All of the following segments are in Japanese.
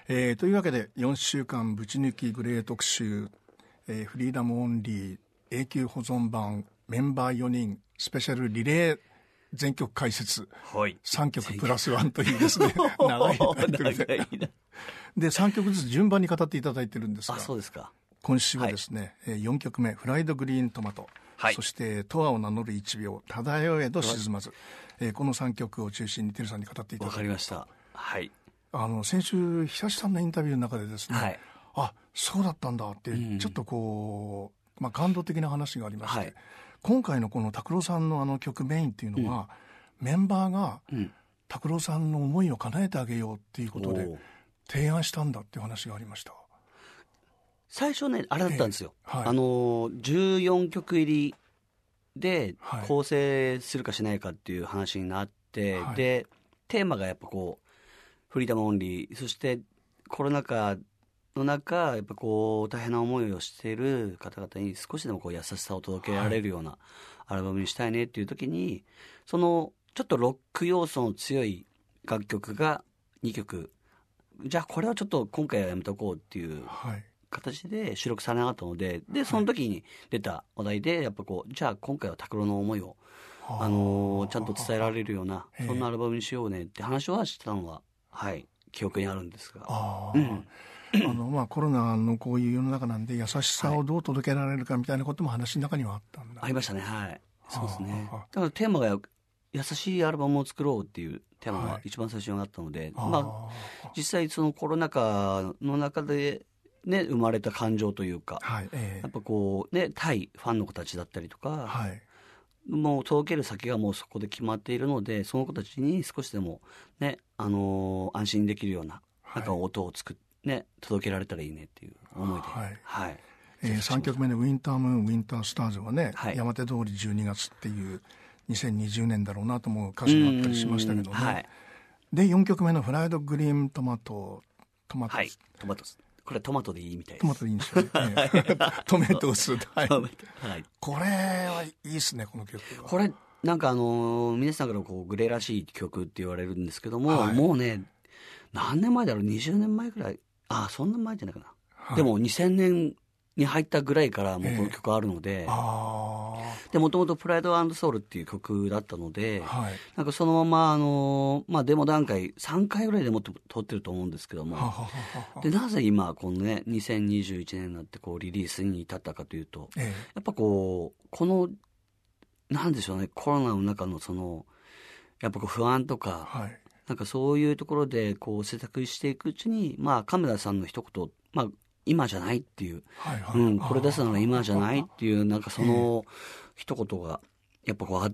というわけで4週間ぶち抜きグレー特集、フリーダムオンリー永久保存版メンバー4人スペシャルリレー全曲解説、 はい、 3曲プラス1というですね長いタイトルでで3曲ずつ順番に語っていただいてるんですが、 あ、そうですか。 今週はですね、4曲目フライドグリーントマト、 はい、 そしてトアを名乗る1秒漂えど沈まず、この3曲を中心にテルさんに語っていただきました。 わかりました。はい、 先週久志さんのインタビューの中でですね、 はい、 あ、そうだったんだってちょっとこう、感動的な話がありまして、はい、今回のこの拓郎さんの曲メインっていうのは、メンバーが拓郎さんの思いを叶えてあげようっていうことで提案したんだっていう話がありました。 最初ね、あれだったんですよ、14曲入りで構成するかしないかっていう話になって、でテーマがやっぱこうフリーダムオンリー、そしてコロナ禍の中やっぱこう大変な思いをしている方々に少しでもこう優しさを届けられるようなアルバムにしたいねっていう時に、そのちょっとロック要素の強い楽曲が2曲、じゃあこれはちょっと今回はやめとこうっていう形で収録されなかったので、でその時に出た話題でやっぱこう、じゃあ今回は拓郎の思いをちゃんと伝えられるようなそんなアルバムにしようねって話はしたのは、はい、記憶にあるんですが、 コロナのこういう世の中なんで優しさをどう届けられるかみたいなことも話の中にはあったんだ。 ありましたね。はい、そうですね。だからテーマが優しいアルバムを作ろうっていうテーマが一番最初にあったので、実際そのコロナ禍の中でね、生まれた感情というか、やっぱこうね、対ファンの子たちだったりとか、もう届ける先がもうそこで決まっているので、その子たちに少しでもね、安心できるようななんか音を届けられたらいいねっていう思いで、 3曲目のウィンタームーンウィンタースターズはね、山手通り12月っていう2020年だろうなと思う歌詞があったりしましたけどね、で4曲目のフライドグリーントマトス、 これトマトでいいみたいです。 トマトでいいんですよねトメトス、これはいいですね、この曲は。 これなんか皆さんからこうグレーらしい曲って言われるんですけども、もうね、何年前だろう、20年前ぐらい、そんな前じゃないかな、でも2000年に入ったぐらいからもうこの曲あるので、でもともとプライド&ソウルっていう曲だったので、なんかそのままデモ段階3回ぐらいでもって撮ってると思うんですけども、でなぜ今このね2021年になってこうリリースに至ったかというと、やっぱこのなんでしょうね、コロナの中のそのやっぱこう不安とか、なんかそういうところでこう制作していくうちに、亀田さんの一言、今じゃないっていう、これ出すのは今じゃないっていう、なんかその一言がやっぱこうあって、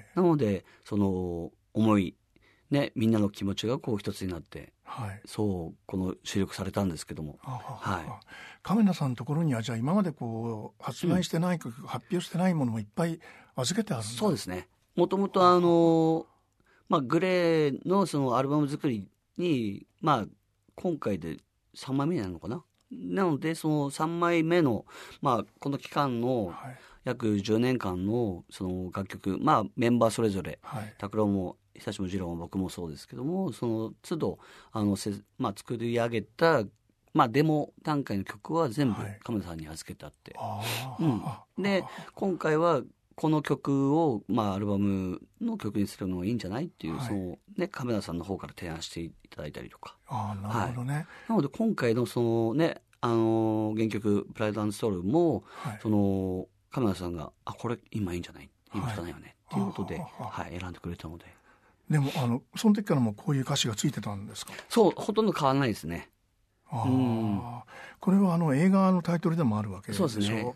なのでその思いね、みんなの気持ちがこう一つになって、そうこの収録されたんですけども、 亀田さんのところにはじゃあ今までこう発売してない曲、発表してないものもいっぱい預けてあるんですか。 そうですね。もともとグレーのそのアルバム作りに今回で3枚目になるのかな。なのでその3枚目のこの期間の約10年間のその楽曲、メンバーそれぞれ、拓郎も久しも次郎も僕もそうですけども、その都度作り上げたデモ段階の曲は全部亀田さんに預けてあって、で今回はこの曲をアルバムの曲にするのがいいんじゃないっていう、そのね、亀田さんの方から提案していただいたりとか。 なるほどね。 なので今回のそのね、原曲プライド&ソウルも、その亀田さんがこれ今いいんじゃない、今じゃないよねっていうことで、選んでくれたので。 でもその時からもこういう歌詞がついてたんですか。 そう、ほとんど変わらないですね。 これは映画のタイトルでもあるわけでしょ。 そうですね。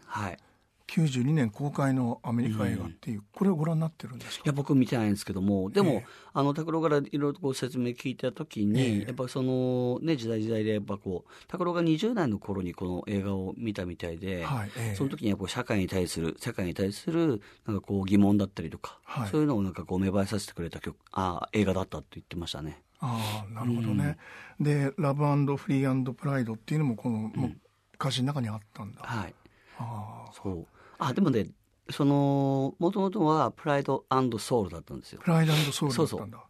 92年公開のアメリカ映画っていう、これをご覧になってるんですか。 いや僕見てないんですけども、でも拓郎からいろいろとこう説明聞いた時に、やっぱそのね時代でやっぱこう拓郎が20代の頃にこの映画を見たみたいで、その時にやっぱ社会に対するなんかこう疑問だったりとか、そういうのをなんかこう芽生えさせてくれた映画だったって言ってましたね。 なるほどね。でラブ&フリー&プライドっていうのもこの、歌詞の中にあったんだ。 そうでもね、そのもともとはプライド&ソウルだったんですよ。 プライド&ソウルだったんだ。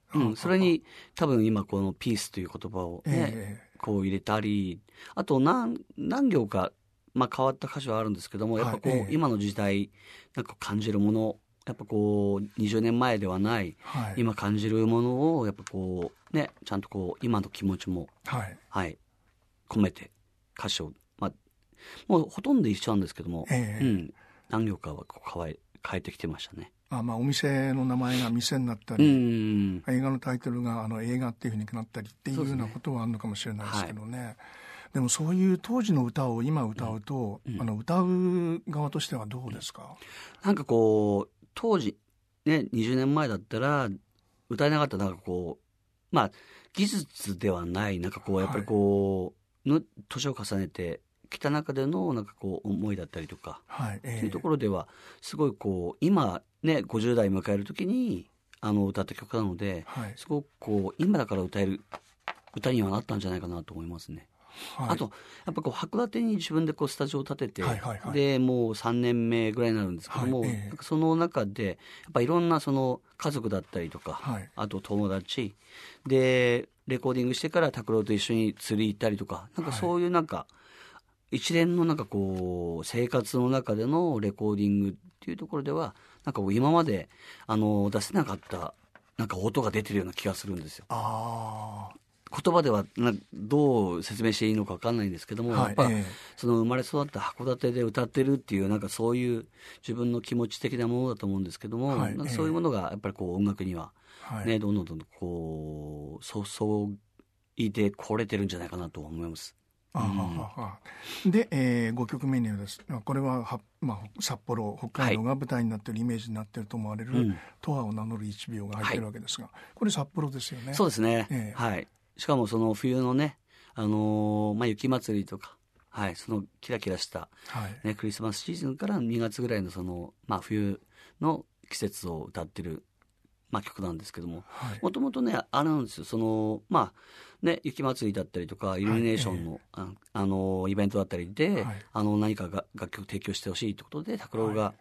それに多分今このピースという言葉をね、こう入れたり、あと何行か、変わった歌詞はあるんですけども、やっぱこう、今の時代なんか感じるもの、やっぱこう20年前ではない、今感じるものをやっぱこうね、ちゃんとこう今の気持ちも込めて歌詞を、もうほとんど一緒なんですけども、何行かはこう変えてきてましたね。 お店の名前が店になったり、映画のタイトルが映画っていうふうになったりっていうようなことはあるのかもしれないですけどね。でもそういう当時の歌を今歌うと、歌う側としてはどうですか？ なんかこう当時ね、20年前だったら歌えなかったなんかこう技術ではないなんかこうやっぱりこう、年を重ねてきた中でのなんかこう思いだったりとか、っていうところではすごいこう今ね50代迎える時に歌った曲なので、すごくこう今だから歌える歌にはなったんじゃないかなと思いますね。あとやっぱこう函館に自分でこうスタジオを建てて、でもう3年目ぐらいになるんですけども、なんかその中でやっぱいろんなその家族だったりとか、あと友達でレコーディングしてから拓郎と一緒に釣り行ったりとか、なんかそういうなんか一連のなんかこう生活の中でのレコーディングっていうところではなんか今まで出せなかったなんか音が出てるような気がするんですよ。言葉ではどう説明していいのか分かんないんですけども、やっぱその生まれ育った函館で歌ってるっていうなんかそういう自分の気持ち的なものだと思うんですけども、なんかそういうものがやっぱりこう音楽にはね、どんどんこう注いでこれてるんじゃないかなと思います。 で、5曲目にはです、これは札幌北海道が舞台になっているイメージになっていると思われる「永遠を名乗る1秒」が入ってるわけですが、これ札幌ですよね。 そうですね、しかもその冬のね、雪祭りとか、そのキラキラした、クリスマスシーズンから2月ぐらいのその、冬の季節を歌ってる、曲なんですけども、もともとねあれなんですよ、その雪祭りだったりとかイルミネーションの、イベントだったりで、何か楽曲提供してほしいということで拓郎が、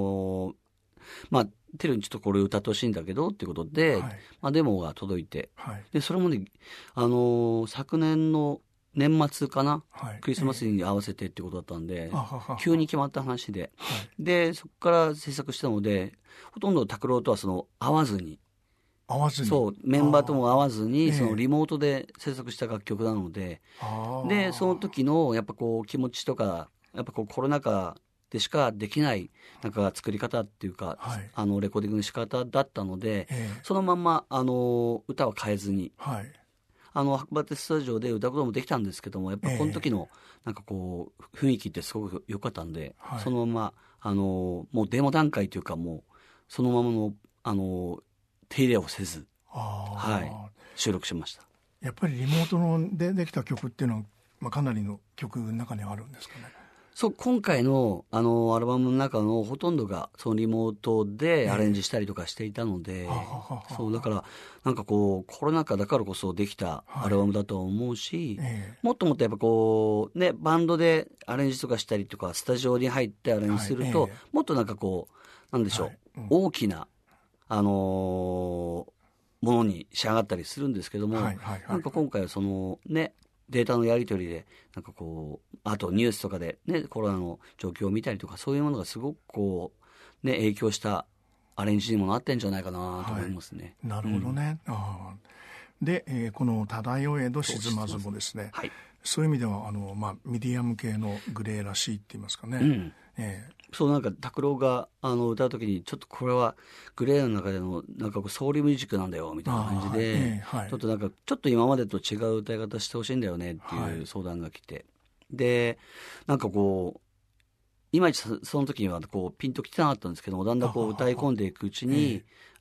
テルにちょっとこれ歌ってほしいんだけどっていうことで、デモが届いて、でそれもね、昨年の年末かな、クリスマスに合わせてってことだったんで、急に決まった話で、でそこから制作したのでほとんど拓郎とはその合わずにそうメンバーとも合わずにそのリモートで制作した楽曲なので、でその時のやっぱこう気持ちとかやっぱこうコロナ禍でしかできないなんか作り方っていうか、レコーディングの仕方だったので、そのまんま歌は変えずに、函館スタジオで歌うこともできたんですけども、やっぱこの時のなんかこう雰囲気ってすごく良かったんで、そのままもうデモ段階というかもうそのままの手入れをせず、収録しました。 やっぱりリモートでできた曲っていうのは、かなりの曲の中にあるんですかね。 そう今回のアルバムの中のほとんどがそのリモートでアレンジしたりとかしていたので、そうだからなんかこうコロナ禍だからこそできたアルバムだと思うし、もっともっとやっぱこうねバンドでアレンジとかしたりとかスタジオに入ってアレンジすると、もっとなんかこうなんでしょう、大きなものに仕上がったりするんですけども、なんか今回はそのねデータのやり取りでなんかこうあとニュースとかでねコロナの状況を見たりとか、そういうものがすごくこうね影響したアレンジにもなってんじゃないかなと思いますね。 なるほどね。で、この漂えど沈まずもですね、そういう意味ではミディアム系のグレーらしいって言いますかね。 そうなんか拓郎が歌う時にちょっとこれはグレーの中でのなんかソウルミュージックなんだよみたいな感じで、ちょっとなんかちょっと今までと違う歌い方してほしいんだよねっていう相談が来て、でなんかこういまいちその時にはこうピンときてなかったんですけども、だんだんこう歌い込んでいくうちに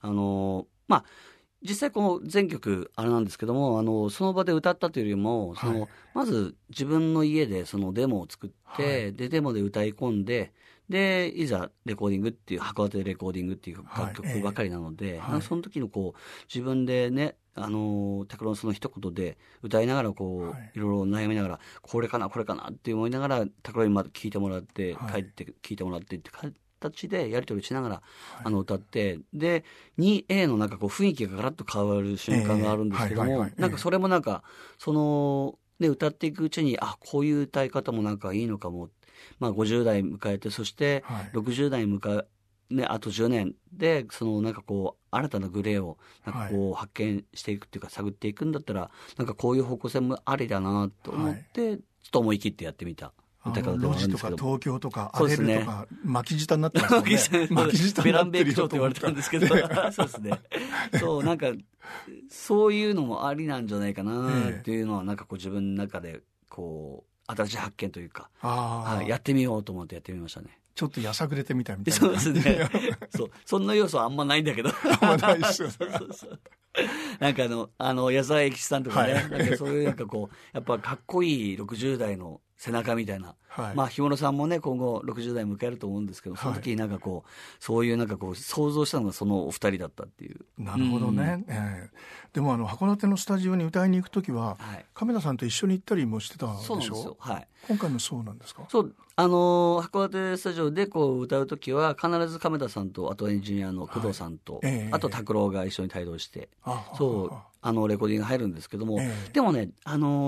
実際この全曲あれなんですけどもその場で歌ったというよりもまず自分の家でそのデモを作って、でデモで歌い込んで、でいざレコーディングっていう函館でレコーディングっていう楽曲ばかりなので、その時のこう自分でね拓郎のその一言で歌いながらこう、いろいろ悩みながらこれかなって思いながら拓郎にまた聞いてもらって、帰って聞いてもらってって形でやり取りしながら、歌って、で 2A のなんかこう雰囲気がガラッと変わる瞬間があるんですけども、なんかそれもなんかそので歌っていくうちにこういう歌い方もなんかいいのかも、まあ、50代迎えてそして60代迎えね、あと10年でそのなんかこう新たなグレーをなんかこう発見していくっていうか探っていくんだったらなんかこういう方向性もありだなと思って、ちょっと思い切ってやってみた歌方ではあるんですけど、 路地とか東京とかアレルとか巻き舌になってますもんね。 巻き舌ベランベック長って言われたんですけどそうですね。そうなんかそういうのもありなんじゃないかなっていうのはなんかこう自分の中でこう新しい発見というか、やってみようと思ってやってみましたね。 ちょっとやさぐれてみたいみたいな。 そうですね。そんな要素はあんまないんだけど。 あんまないですよ。 なんか矢沢永吉さんとかね、なんかそういうなんかこうやっぱかっこいい60代の背中みたいな、まあ日頃さんもね今後60代迎えると思うんですけど、その時になんかこうそういうなんかこう想像したのがそのお二人だったっていう。 なるほどね。でも函館のスタジオに歌いに行く時は、亀田さんと一緒に行ったりもしてたんでしょ。 そうなんですよ。 今回もそうなんですか。 そう函館スタジオでこう歌う時は必ず亀田さんとあとエンジニアの工藤さんと、あと拓郎が一緒に帯同して、そうレコーディングが入るんですけども、でもね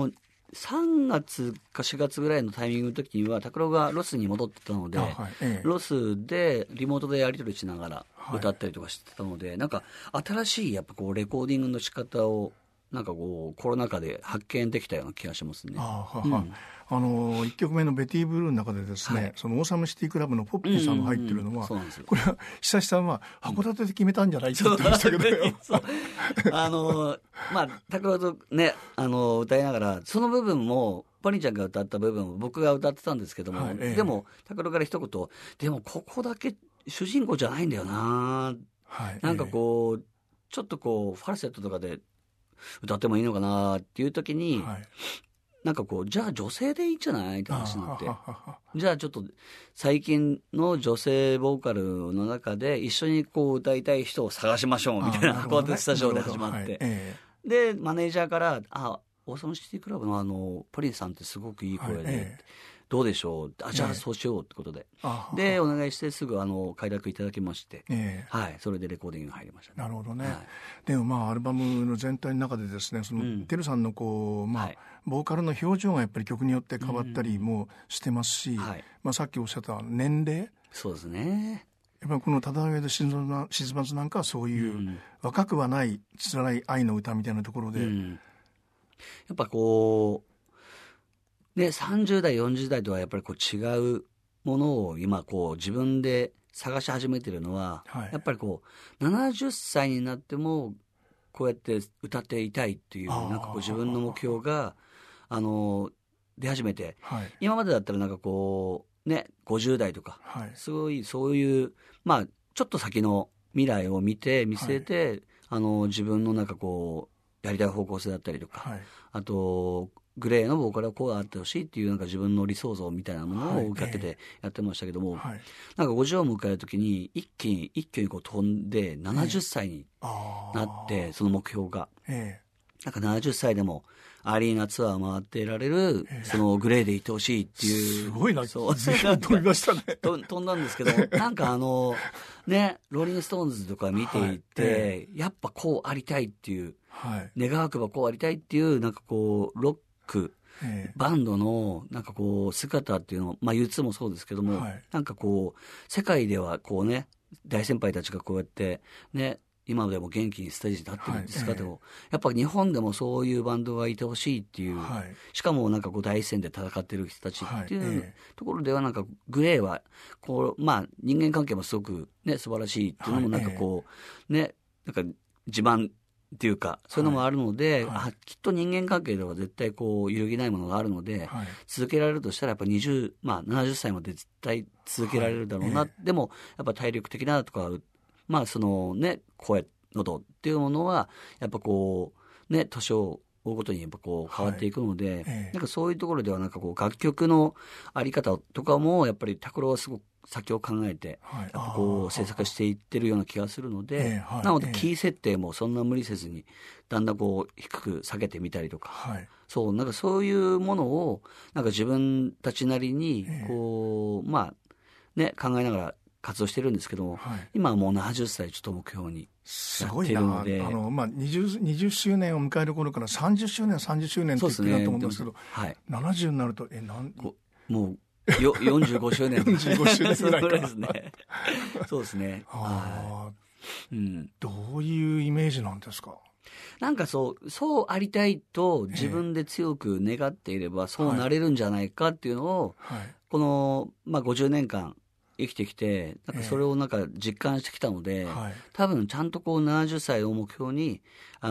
3月か4月ぐらいのタイミングの時には拓郎がロスに戻ってたので、ロスでリモートでやり取りしながら歌ったりとかしてたので、なんか新しいやっぱこうレコーディングの仕方をなんかこうコロナ禍で発見できたような気がしますね。 1曲目のベティブルーの中でですね、そのオーサムシティクラブのポッピーさんが入ってるのは、これは久志さんは函館で決めたんじゃないって言ってましたけど、 まあ拓郎とね歌いながらその部分もパリンちゃんが歌った部分を僕が歌ってたんですけども、でも拓郎から一言でもここだけ主人公じゃないんだよな、なんかこうちょっとこうファルセットとかで歌ってもいいのかなっていう時に、なんかこうじゃあ女性でいいんじゃないって話になって、じゃあちょっと最近の女性ボーカルの中で一緒にこう歌いたい人を探しましょうみたいな函館スタジオで始まって、でマネージャーからオーサムシティクラブのポリンさんってすごくいい声で、どうでしょう、じゃあそうしようってことで、でお願いしてすぐ快諾いただきまして、それでレコーディングが入りましたね。 なるほどね。でもアルバムの全体の中でですね、そのテルさんのこうボーカルの表情がやっぱり曲によって変わったりもしてますし、さっきおっしゃった年齢、 そうですね、 やっぱりこのただ上で沈まずなんかはそういう若くはない辛い愛の歌みたいなところで、やっぱこう30代40代とはやっぱりこう違うものを今こう自分で探し始めてるのは、やっぱりこう70歳になってもこうやって歌っていたいっていうなんかこう自分の目標が出始めて、今までだったらなんかこう50代とか、すごいそういうちょっと先の未来を見据えて、自分のなんかこうやりたい方向性だったりとか、あとグレーのボーカルはこうあってほしいっていうなんか自分の理想像みたいなものを受けててやってましたけども、なんか50を迎える時に一気にこう飛んで70歳になって、その目標が、なんか70歳でもアリーナツアー回っていられる、そのグレーでいてほしいっていう、 すごいな、そう飛びましたね飛んだんですけど、なんかローリングストーンズとか見ていて、やっぱこうありたいっていう、願わくばこうありたいっていうなんかこうロックバンドのなんかこう姿っていうのをU2もそうですけども、なんかこう世界ではこう大先輩たちがこうやって今でも元気にステージに立ってるんですか、やっぱ日本でもそういうバンドがいてほしいっていう、しかもなんかこう第一線で戦ってる人たちっていうところではなんかグレーはこう人間関係もすごく素晴らしいっていうのもなんかこうなんか自慢っていうかそういうのもあるので、きっと人間関係では絶対こう揺るぎないものがあるので、続けられるとしたらやっぱ70歳まで絶対続けられるだろうな、でもやっぱ体力的なとかその声喉っていうものはやっぱこう年を追うごとにやっぱこう変わっていくので、なんかそういうところではなんかこう楽曲のあり方とかもやっぱり拓郎はすごく先を考えてやっぱこう制作していってるような気がするので、なのでキー設定もそんな無理せずにだんだんこう低く下げてみたりとか、そうなんかそういうものをなんか自分たちなりにこう考えながら活動してるんですけども、 はい、 今はもう70歳ちょっと目標にやってるので、 20周年を迎える頃から30周年30周年って言ってたと思うんですけど、 はい、 70になるともう45周年 45周年ぐらいかですね。そうですね。 はい、どういうイメージなんですか？ なんかそうありたいと自分で強く願っていればそうなれるんじゃないかっていうのを、この、50年間生きてきて、なんかそれをなんか実感してきたので、多分ちゃんとこう70歳を目標に、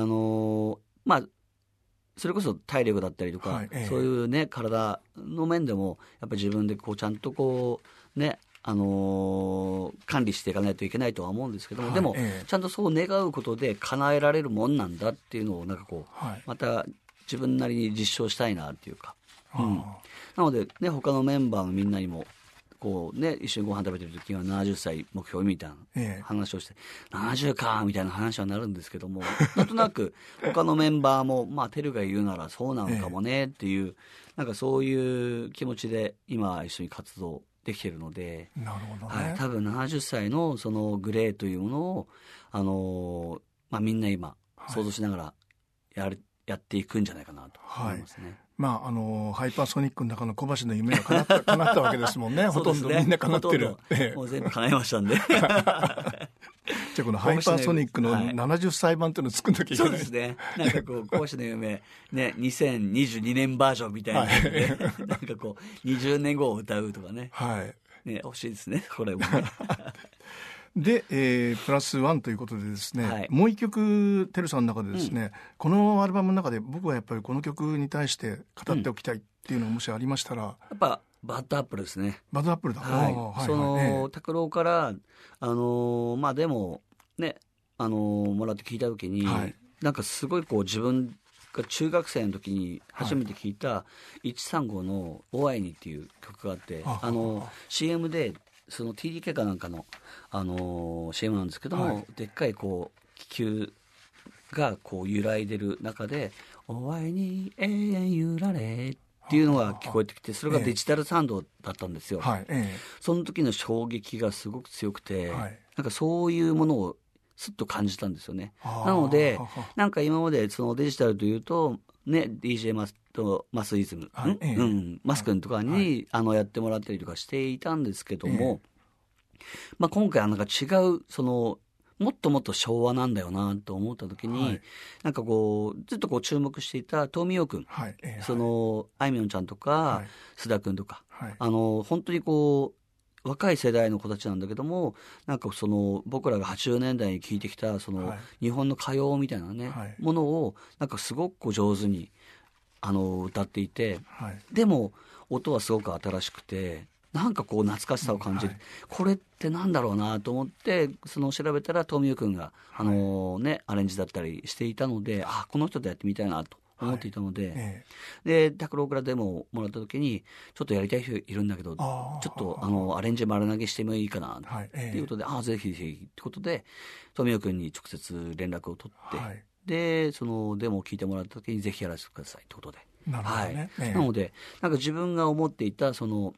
それこそ体力だったりとか、そういうね、体の面でも、やっぱり自分でこうちゃんとこう、ね、管理していかないといけないとは思うんですけども、でも、ちゃんとそう願うことで叶えられるもんなんだっていうのを、なんかこう、また自分なりに実証したいなっていうか。なので、ね、他のメンバーのみんなにも、こうね、一緒にご飯食べてる時には70歳目標みたいな話をして、70かみたいな話はなるんですけども、なんとなく他のメンバーも、テルが言うならそうなのかもねっていう、なんかそういう気持ちで今一緒に活動できているので、 なるほどね。 多分70歳のそのグレーというものを、みんな今想像しながらやっていくんじゃないかなと思いますね。 ハイパーソニックの中の小橋の夢は叶ったわけですもんね。ほとんどみんな叶ってる。 もう全部叶いましたんで。じゃあこのハイパーソニックの70歳版っていうのを作んなきゃいけない。 そうですね。なんかこう、小橋の夢、ね、2022年バージョンみたいな感じで、なんかこう、20年後を歌うとかね。ね、欲しいですね、これもね。 で、プラスワンということでですね、もう一曲テルさんの中でですね、このアルバムの中で僕はやっぱりこの曲に対して語っておきたいっていうのがもしありましたら、 やっぱバッドアップルですね。 バッドアップルだ。 拓郎からでもねもらって聞いた時に、なんかすごいこう自分が中学生の時に初めて聞いた135の「お会いに」っていう曲があって、CM でその TDK かなんかの、CM なんですけども、でっかいこう気球がこう揺らいでる中で「お会いに永遠揺られ」っていうのが聞こえてきて、それがデジタルサウンドだったんですよ。その時の衝撃がすごく強くて、なんかそういうものをすっと感じたんですよね。なのでなんか今までそのデジタルというとね、DJ マスイズム、マス君とかに、やってもらったりとかしていたんですけども、今回はなんか違うもっともっと昭和なんだよなと思った時に、なんかこうずっとこう注目していた東美陽君、あいみょんちゃんとか、須田君とか、本当にこう若い世代の子たちなんだけども、なんか僕らが80年代に聴いてきた日本の歌謡みたいなね、ものをなんかすごくこう上手に歌っていて、でも音はすごく新しくて、なんかこう懐かしさを感じる、これってなんだろうなと思って調べたら東美君がアレンジだったりしていたので、この人とやってみたいなと思っていたので、で拓郎からデモをもらった時にちょっとやりたい人いるんだけど、ちょっとアレンジ丸投げしてもいいかなっていうことで、ぜひぜひってことで東美君に直接連絡を取って、でそのデモを聞いてもらった時にぜひやらせてくださいってことで、なのでなんか自分が思っていた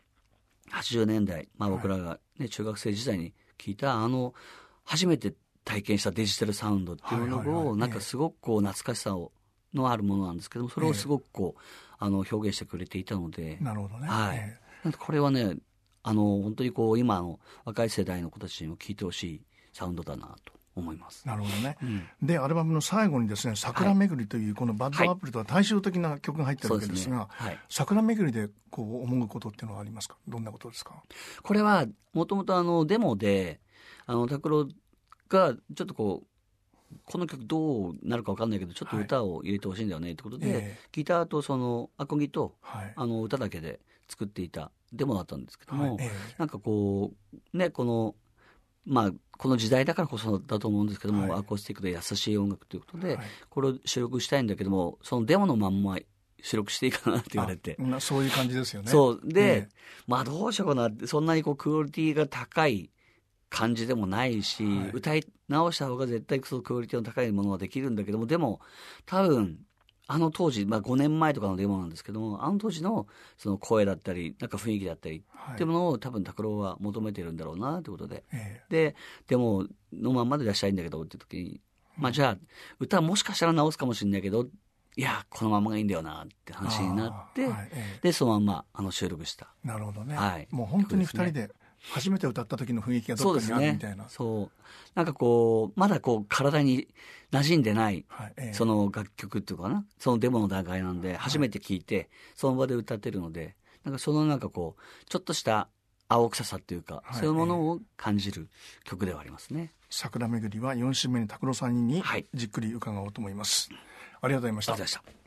80年代、僕らが、中学生時代に聞いた初めて体験したデジタルサウンドっていうのを、なんかすごくこう懐かしさのあるものなんですけども、それをすごくこう表現してくれていたので、 なるほどね。 なんかこれはね、本当にこう今の若い世代の子たちにも聴いてほしいサウンドだなと思います。 なるほどね。でアルバムの最後にですね、桜めぐりというこのバッドアップルとは対照的な曲が入ってるわけですが、桜めぐりでこう思うことっていうのはありますか？どんなことですか？ これはもともとデモで拓郎がちょっとこの曲どうなるか分かんないけどちょっと歌を入れてほしいんだよねってことで、ギターとアコギと、歌だけで作っていたデモだったんですけども、なんかこうねこの時代だからこそだと思うんですけども、アコースティックで優しい音楽ということで、これを収録したいんだけども、そのデモのまんま収録していいかなって言われて、 そういう感じですよね。 そうで、どうしようかなって、そんなにこうクオリティが高い感じでもないし、歌い直した方が絶対クオリティの高いものはできるんだけども、でも多分当時、5年前とかのデモなんですけども、当時のその声だったり、なんか雰囲気だったり、っていうものを多分拓郎は求めてるんだろうなということで、でものまんまで出したいんだけどっていう時に、じゃあ歌もしかしたら直すかもしれないけど、いやこのままがいいんだよなって話になって、でそのまま収録した。 なるほどね。もう本当に2人で初めて歌った時の雰囲気がどっかにあるみたいな。 そうなんかこうまだこう体に馴染んでない、その楽曲っていうかな、そのデモの段階なんで初めて聴いて、その場で歌ってるので、なんかそのなんかこうちょっとした青臭さっていうか、そういうものを感じる曲ではありますね。 桜めぐりは4週目に拓郎さんにじっくり伺おうと思います。ありがとうございました。 ありがとうございました。